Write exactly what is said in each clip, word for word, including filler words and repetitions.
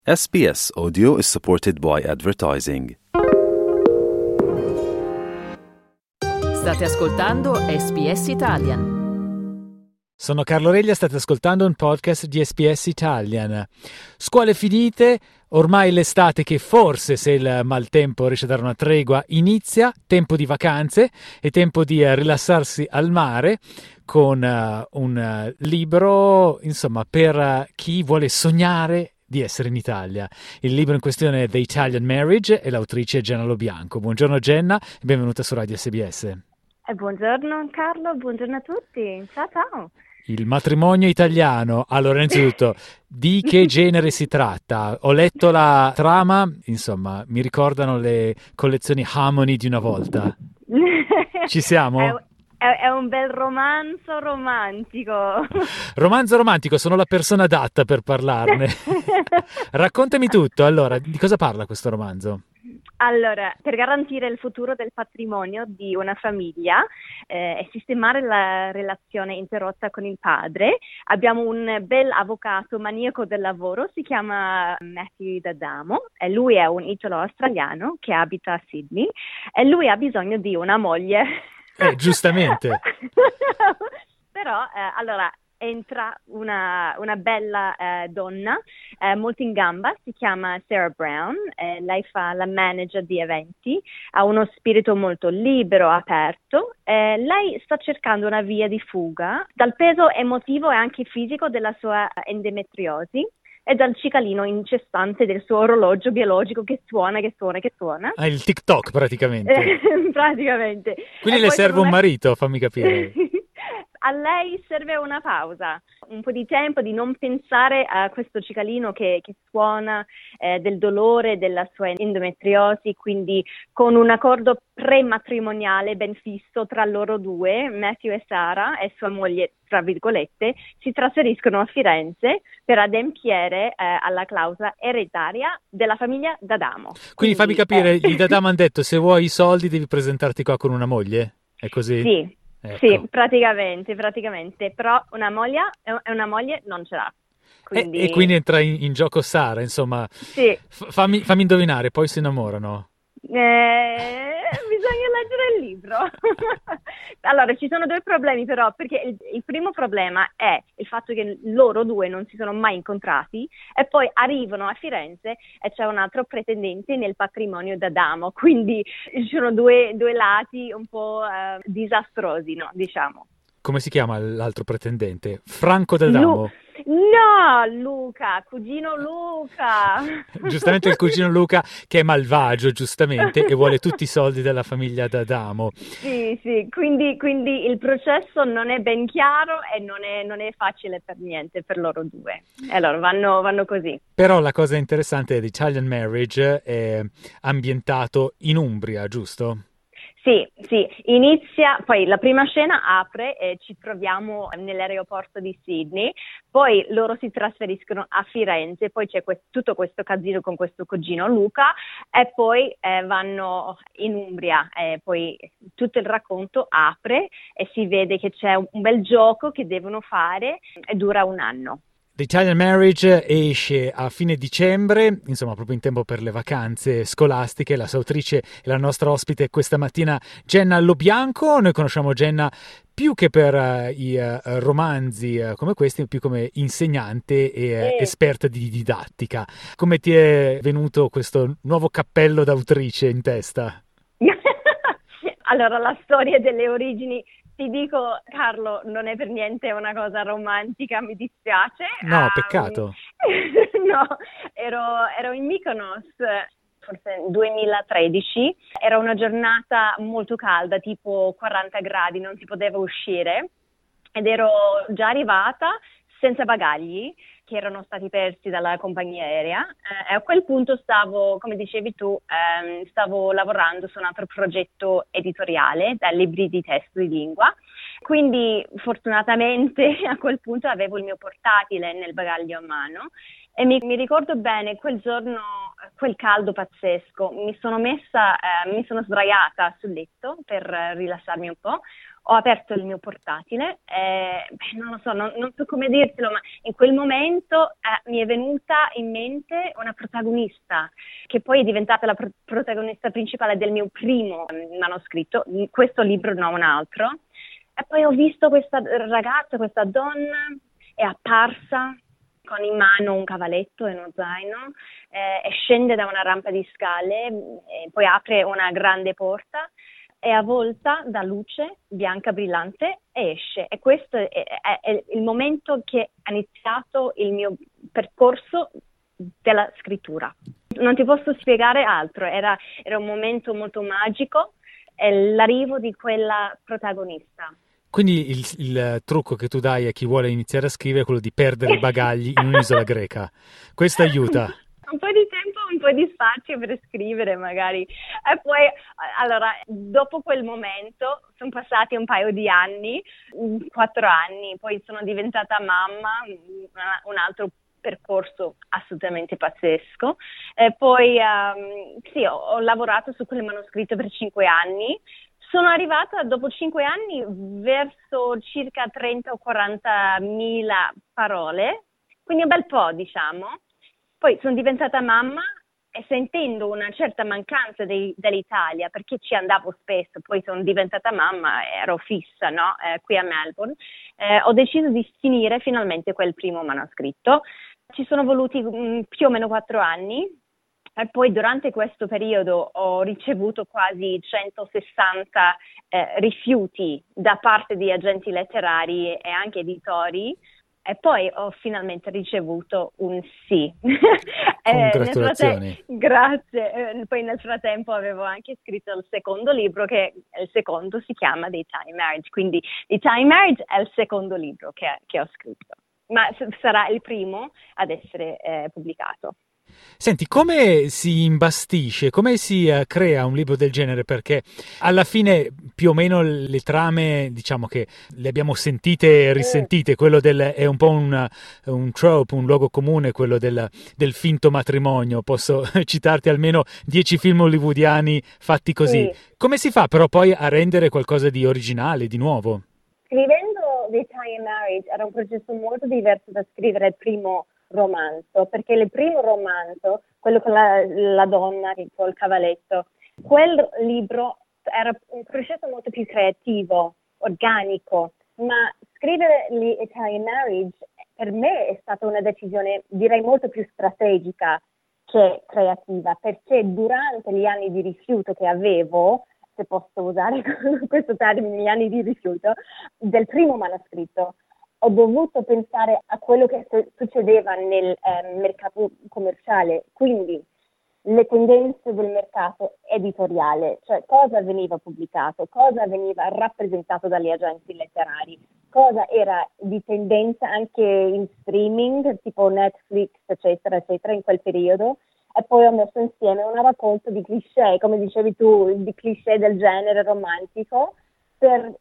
S B S Audio is supported by advertising. State ascoltando S B S Italian. Sono Carlo Reglia, state ascoltando un podcast di S B S Italian. Scuole finite, ormai l'estate che forse, se il maltempo riesce a dare una tregua, inizia, tempo di vacanze e tempo di uh, rilassarsi al mare con uh, un uh, libro, insomma, per uh, chi vuole sognare di essere in Italia. Il libro in questione è The Italian Marriage e l'autrice è Jenna Lobianco. Buongiorno Jenna e benvenuta su Radio S B S. Eh, buongiorno Carlo, buongiorno a tutti. Ciao ciao. Il matrimonio italiano. Allora, innanzitutto, di che genere si tratta? Ho letto la trama, insomma, mi ricordano le collezioni Harmony di una volta. Ci siamo? È... È un bel romanzo romantico. Romanzo romantico, sono la persona adatta per parlarne. Raccontami tutto. Allora, di cosa parla questo romanzo? Allora, per garantire il futuro del patrimonio di una famiglia eh, e sistemare la relazione interrotta con il padre, abbiamo un bel avvocato maniaco del lavoro, si chiama Matthew D'Adamo, e lui è un italo-australiano che abita a Sydney e lui ha bisogno di una moglie. Eh, giustamente. Però, eh, allora, entra una, una bella eh, donna, eh, molto in gamba, si chiama Sarah Brown, eh, lei fa la manager di eventi, ha uno spirito molto libero, aperto, eh, lei sta cercando una via di fuga dal peso emotivo e anche fisico della sua endometriosi e dal cicalino incessante del suo orologio biologico che suona, che suona, che suona. Ah, il TikTok praticamente. Praticamente. Quindi E le serve un una... marito, fammi capire. A lei serve una pausa, un po' di tempo di non pensare a questo cicalino che, che suona, eh, del dolore della sua endometriosi, quindi con un accordo prematrimoniale ben fisso tra loro due, Matthew e Sarah e sua moglie, tra virgolette, si trasferiscono a Firenze per adempiere eh, alla clausola ereditaria della famiglia D'Adamo. Quindi, quindi fammi capire, eh... gli D'Adamo hanno detto se vuoi i soldi devi presentarti qua con una moglie? È così? Sì. Ecco. Sì, praticamente, praticamente, però una moglie, una moglie non ce l'ha. Quindi... E, e quindi entra in, in gioco Sara, insomma. Sì. F- fammi, fammi indovinare, poi si innamorano. Eh, bisogna leggere il libro. Allora, ci sono due problemi però, perché il, il primo problema è il fatto che loro due non si sono mai incontrati e poi arrivano a Firenze e c'è un altro pretendente nel patrimonio d'Adamo, quindi ci sono due, due lati un po' eh, disastrosi, no? Diciamo. Come si chiama l'altro pretendente? Franco D'Adamo? Lu- No, Luca, cugino Luca. Giustamente il cugino Luca che è malvagio, giustamente, e vuole tutti i soldi della famiglia D'Adamo. Sì, sì, quindi, quindi il processo non è ben chiaro e non è, non è facile per niente per loro due. E allora vanno, vanno così. Però la cosa interessante è che Italian Marriage è ambientato in Umbria, giusto? Sì, sì, inizia, poi la prima scena apre e ci troviamo nell'aeroporto di Sydney, poi loro si trasferiscono a Firenze, poi c'è que- tutto questo casino con questo cugino Luca e poi eh, vanno in Umbria e poi tutto il racconto apre e si vede che c'è un, un bel gioco che devono fare e dura un anno. The Italian Marriage esce a fine dicembre, insomma proprio in tempo per le vacanze scolastiche. La sua autrice e la nostra ospite questa mattina Jenna Lobianco. Noi conosciamo Jenna più che per uh, i uh, romanzi uh, come questi, più come insegnante e uh, Eh. esperta di didattica. Come ti è venuto questo nuovo cappello d'autrice in testa? Allora, la storia delle origini, ti dico Carlo, non è per niente una cosa romantica, mi dispiace. No, um, peccato. No, ero, ero in Mykonos, forse duemilatredici, era una giornata molto calda, tipo quaranta gradi, non si poteva uscire ed ero già arrivata senza bagagli che erano stati persi dalla compagnia aerea eh, e a quel punto stavo, come dicevi tu, ehm, stavo lavorando su un altro progetto editoriale, da libri di testo di lingua, quindi fortunatamente a quel punto avevo il mio portatile nel bagaglio a mano e mi, mi ricordo bene quel giorno, quel caldo pazzesco, mi sono messa, eh, mi sono sdraiata sul letto per rilassarmi un po', ho aperto il mio portatile e beh, non lo so, non, non so come dirtelo, ma in quel momento eh, mi è venuta in mente una protagonista che poi è diventata la pro- protagonista principale del mio primo eh, manoscritto, questo libro, no, un altro. E poi ho visto questa ragazza, questa donna, è apparsa con in mano un cavaletto e uno zaino, eh, e scende da una rampa di scale, e poi apre una grande porta, è avvolta da luce bianca brillante e esce. E questo è, è, è il momento che ha iniziato il mio percorso della scrittura. Non ti posso spiegare altro, era, era un momento molto magico, è l'arrivo di quella protagonista. Quindi il, il trucco che tu dai a chi vuole iniziare a scrivere è quello di perdere i bagagli in un'isola greca. Questo aiuta. Un po' di tempo, un po' di spazio per scrivere magari. E poi, allora, dopo quel momento, sono passati un paio di anni, quattro anni, poi sono diventata mamma, un altro percorso assolutamente pazzesco. E poi, um, sì, ho, ho lavorato su quel manoscritto per cinque anni. Sono arrivata dopo cinque anni verso circa trenta o quaranta mila parole, quindi un bel po', diciamo. Poi sono diventata mamma e sentendo una certa mancanza dei, dell'Italia, perché ci andavo spesso, poi sono diventata mamma, ero fissa, no? eh, qui a Melbourne, eh, ho deciso di finire finalmente quel primo manoscritto. Ci sono voluti mh, più o meno quattro anni. E poi durante questo periodo ho ricevuto quasi centosessanta eh, rifiuti da parte di agenti letterari e anche editori, e poi ho finalmente ricevuto un sì. Congratulazioni. eh, grazie. Eh, poi nel frattempo avevo anche scritto il secondo libro, che il secondo si chiama The Italian Marriage, quindi The Italian Marriage è il secondo libro che, che ho scritto, ma s- sarà il primo ad essere eh, pubblicato. Senti, come si imbastisce, come si uh, crea un libro del genere? Perché alla fine più o meno le trame, diciamo che le abbiamo sentite e risentite, quello del, è un po' un, un trope, un luogo comune, quello del, del finto matrimonio. Posso citarti almeno dieci film hollywoodiani fatti così. Sì. Come si fa però poi a rendere qualcosa di originale, di nuovo? Scrivendo The Italian Marriage era un processo molto diverso da scrivere il primo romanzo, perché il primo romanzo, quello con la, la donna con il cavaletto, quel libro era un processo molto più creativo, organico, ma scrivere The Italian Marriage per me è stata una decisione, direi, molto più strategica che creativa, perché durante gli anni di rifiuto che avevo, se posso usare questo termine, gli anni di rifiuto, del primo manoscritto, ho dovuto pensare a quello che succedeva nel eh, mercato commerciale, quindi le tendenze del mercato editoriale, cioè cosa veniva pubblicato, cosa veniva rappresentato dagli agenti letterari, cosa era di tendenza anche in streaming, tipo Netflix, eccetera, eccetera, in quel periodo. E poi ho messo insieme una raccolta di cliché, come dicevi tu, di cliché del genere romantico, per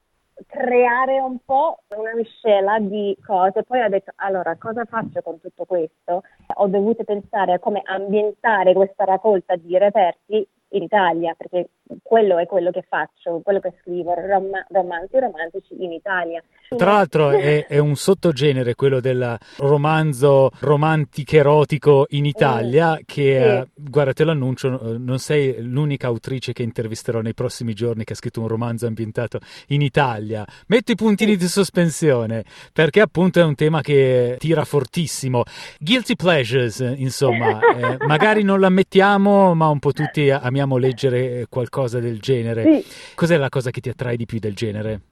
creare un po' una miscela di cose. Poi ho detto, allora, cosa faccio con tutto questo? Ho dovuto pensare a come ambientare questa raccolta di reperti in Italia, perché quello è quello che faccio, quello che scrivo, rom- romanzi romantici in Italia. Tra l'altro è, è un sottogenere quello del romanzo romantico erotico in Italia, mm, che, sì. eh, guarda, te lo annuncio, non sei l'unica autrice che intervisterò nei prossimi giorni che ha scritto un romanzo ambientato in Italia. Metto i puntini, sì, di sospensione, perché appunto è un tema che tira fortissimo. Guilty pleasures, insomma, eh, magari non la mettiamo, ma un po' tutti amiamo leggere qualcosa del genere. Sì. Cos'è la cosa che ti attrae di più del genere?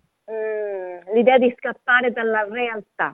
L'idea di scappare dalla realtà,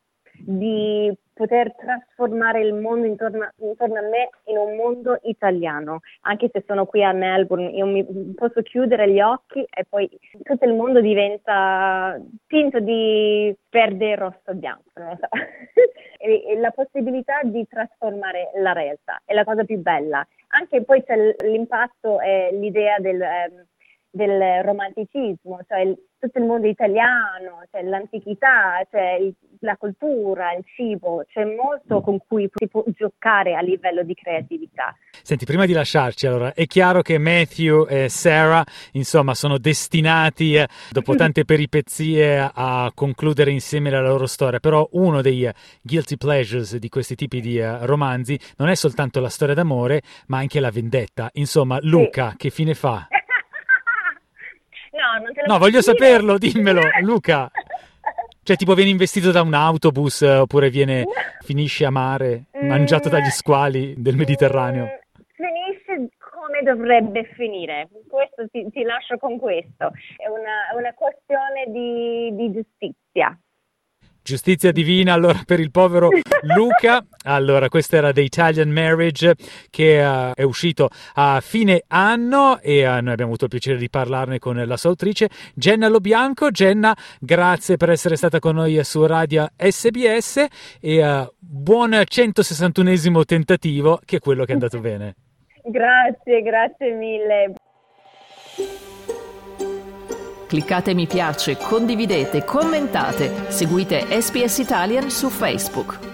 di poter trasformare il mondo intorno, intorno a me in un mondo italiano. Anche se sono qui a Melbourne, io mi posso chiudere gli occhi e poi tutto il mondo diventa tinto di verde, rosso, bianco, non lo so. e, e la possibilità di trasformare la realtà è la cosa più bella. Anche poi c'è l'impatto e l'idea del... Eh, del romanticismo, cioè il, tutto il mondo italiano, cioè l'antichità, cioè il, la cultura, il cibo, c'è molto con cui si può giocare a livello di creatività. Senti, prima di lasciarci, allora, è chiaro che Matthew e Sarah, insomma, sono destinati, eh, dopo tante peripezie, a concludere insieme la loro storia, però uno dei uh, guilty pleasures di questi tipi di uh, romanzi non è soltanto la storia d'amore, ma anche la vendetta. Insomma, Luca, sì. Che fine fa? No, non te lo No, voglio dire. saperlo, dimmelo, Luca. Cioè, tipo viene investito da un autobus eh, oppure viene finisce a mare, mm, mangiato dagli squali del Mediterraneo? Mm, finisce come dovrebbe finire. Questo ti, ti lascio con questo. È una, una questione di, di giustizia. Giustizia divina allora per il povero Luca. Allora, questo era The Italian Marriage, che uh, è uscito a fine anno e uh, noi abbiamo avuto il piacere di parlarne con la sua autrice Jenna Lobianco. Jenna, grazie per essere stata con noi su Radio S B S e uh, buon centosessantunesimo tentativo, che è quello che è andato bene. Grazie, grazie mille. Cliccate mi piace, condividete, commentate, seguite S B S Italian su Facebook.